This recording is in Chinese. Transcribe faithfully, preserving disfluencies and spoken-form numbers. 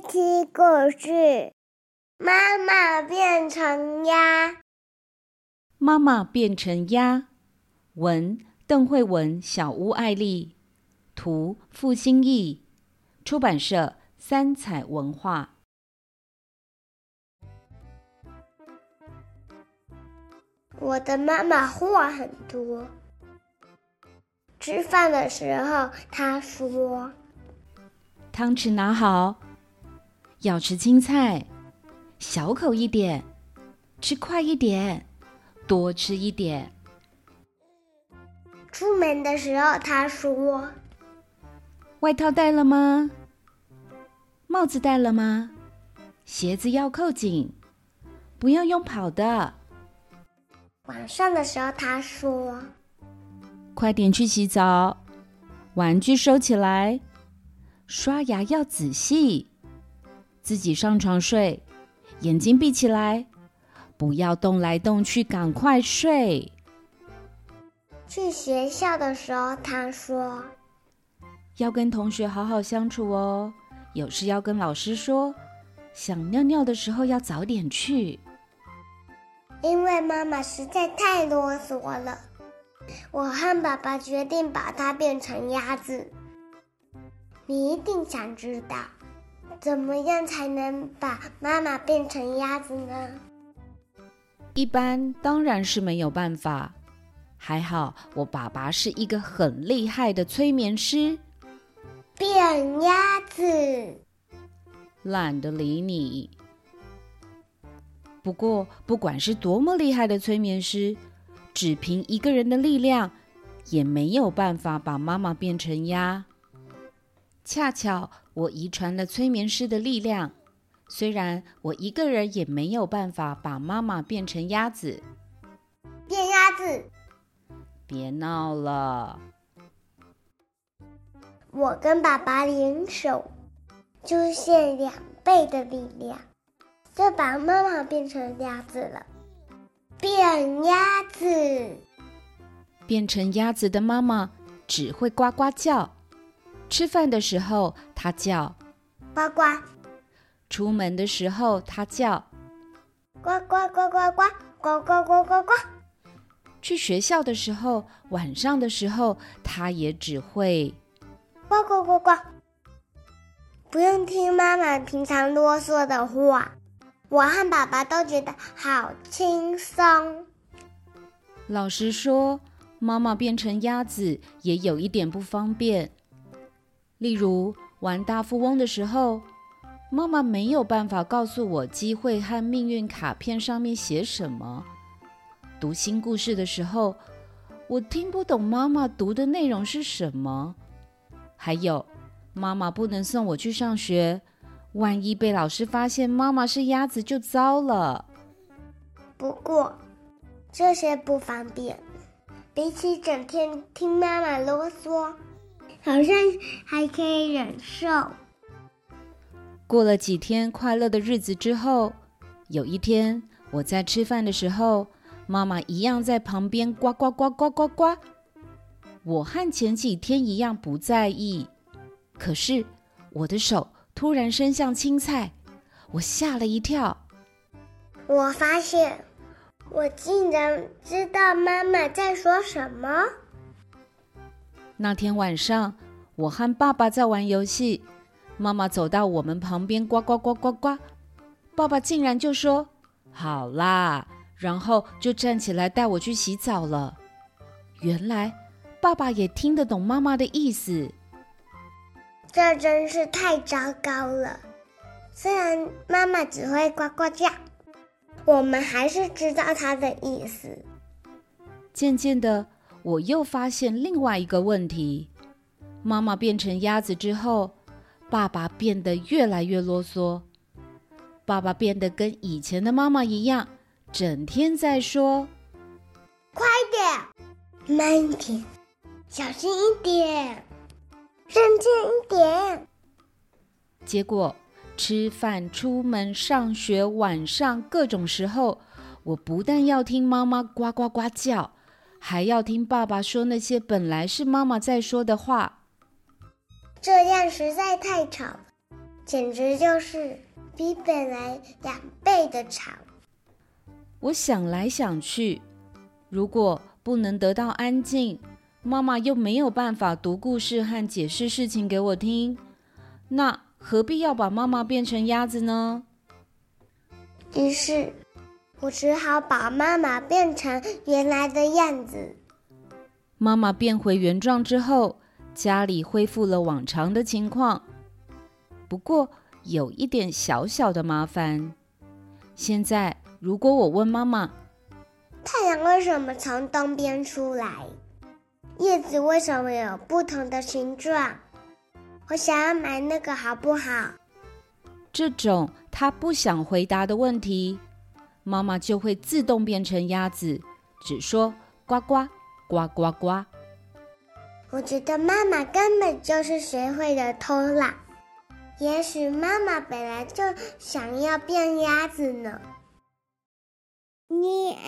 听故事。妈妈变成鸭。 妈妈变成鸭。文：邓惠文、小屋爱丽，图：傅兴义，出版社：三彩文化。 我的妈妈话很多。吃饭的时候，她说：“ 汤匙拿好，要吃青菜，小口一点，吃快一点，多吃一点。” 出门的时候，她说：“ 外套带了吗？帽子带了吗？鞋子要扣紧，不要用跑的。” 晚上的时候，她说：“ 快点去洗澡，玩具收起来，刷牙要仔细，自己上床睡，眼睛闭起来，不要动来动去，赶快睡。” 去学校的时候，她说：“ 要跟同学好好相处哦，有事要跟老师说，想尿尿的时候要早点去。” 因为妈妈实在太啰嗦了，我和爸爸决定把它变成鸭子。你一定想知道，怎么样才能把妈妈变成鸭子呢？ 一般当然是没有办法，还好我爸爸是一个很厉害的催眠师。 变鸭子， 懒得理你。不过不管是多么厉害的催眠师，只凭一个人的力量也没有办法把妈妈变成鸭。恰巧我遗传了催眠师的力量，虽然我一个人也没有办法把妈妈变成鸭子。 变鸭子， 别闹了。 我跟爸爸联手，出现两倍的力量，就把妈妈变成鸭子了。变鸭子， 变成鸭子的妈妈只会呱呱叫，吃饭的时候她叫呱呱， 出门的时候她叫呱呱呱呱呱呱呱呱呱呱， 去学校的时候，晚上的时候她也只会呱呱呱呱。不用听妈妈平常啰嗦的话，我和爸爸都觉得好轻松。 老实说，妈妈变成鸭子也有一点不方便。例如玩大富翁的时候，妈妈没有办法告诉我机会和命运卡片上面写什么。读新故事的时候，我听不懂妈妈读的内容是什么。还有，妈妈不能送我去上学，万一被老师发现妈妈是鸭子就糟了。 不过这些不方便，比起整天听妈妈啰嗦，好像还可以忍受。 过了几天快乐的日子之后，有一天我在吃饭的时候，妈妈一样在旁边呱呱呱呱呱呱。我和前几天一样不在意，可是我的手突然伸向青菜，我吓了一跳。 我发现我竟然知道妈妈在说什么。 那天晚上，我和爸爸在玩游戏，妈妈走到我们旁边呱呱呱呱呱，爸爸竟然就说好啦，然后就站起来带我去洗澡了。原来爸爸也听得懂妈妈的意思。 这真是太糟糕了，虽然妈妈只会呱呱叫，我们还是知道她的意思。 渐渐的，我又发现另外一个问题，妈妈变成鸭子之后，爸爸变得越来越啰嗦。爸爸变得跟以前的妈妈一样，整天在说快点，慢一点，小心一点，认真一点。 结果吃饭、出门、上学、晚上各种时候，我不但要听妈妈呱呱呱叫，还要听爸爸说那些本来是妈妈在说的话。 这样实在太吵了， 简直就是比本来两倍的长。 我想来想去，如果不能得到安静，妈妈又没有办法读故事和解释事情给我听，那何必要把妈妈变成鸭子呢？ 于是我只好把妈妈变成原来的样子。 妈妈变回原状之后，家里恢复了往常的情况。不过有一点小小的麻烦。现在如果我问妈妈， 太阳为什么从东边出来？叶子为什么有不同的形状？我想要买那个好不好？ 这种她不想回答的问题，妈妈就会自动变成鸭子，只说呱呱呱呱呱。 我觉得妈妈根本就是学会了偷懒。也许妈妈本来就想要变鸭子呢。你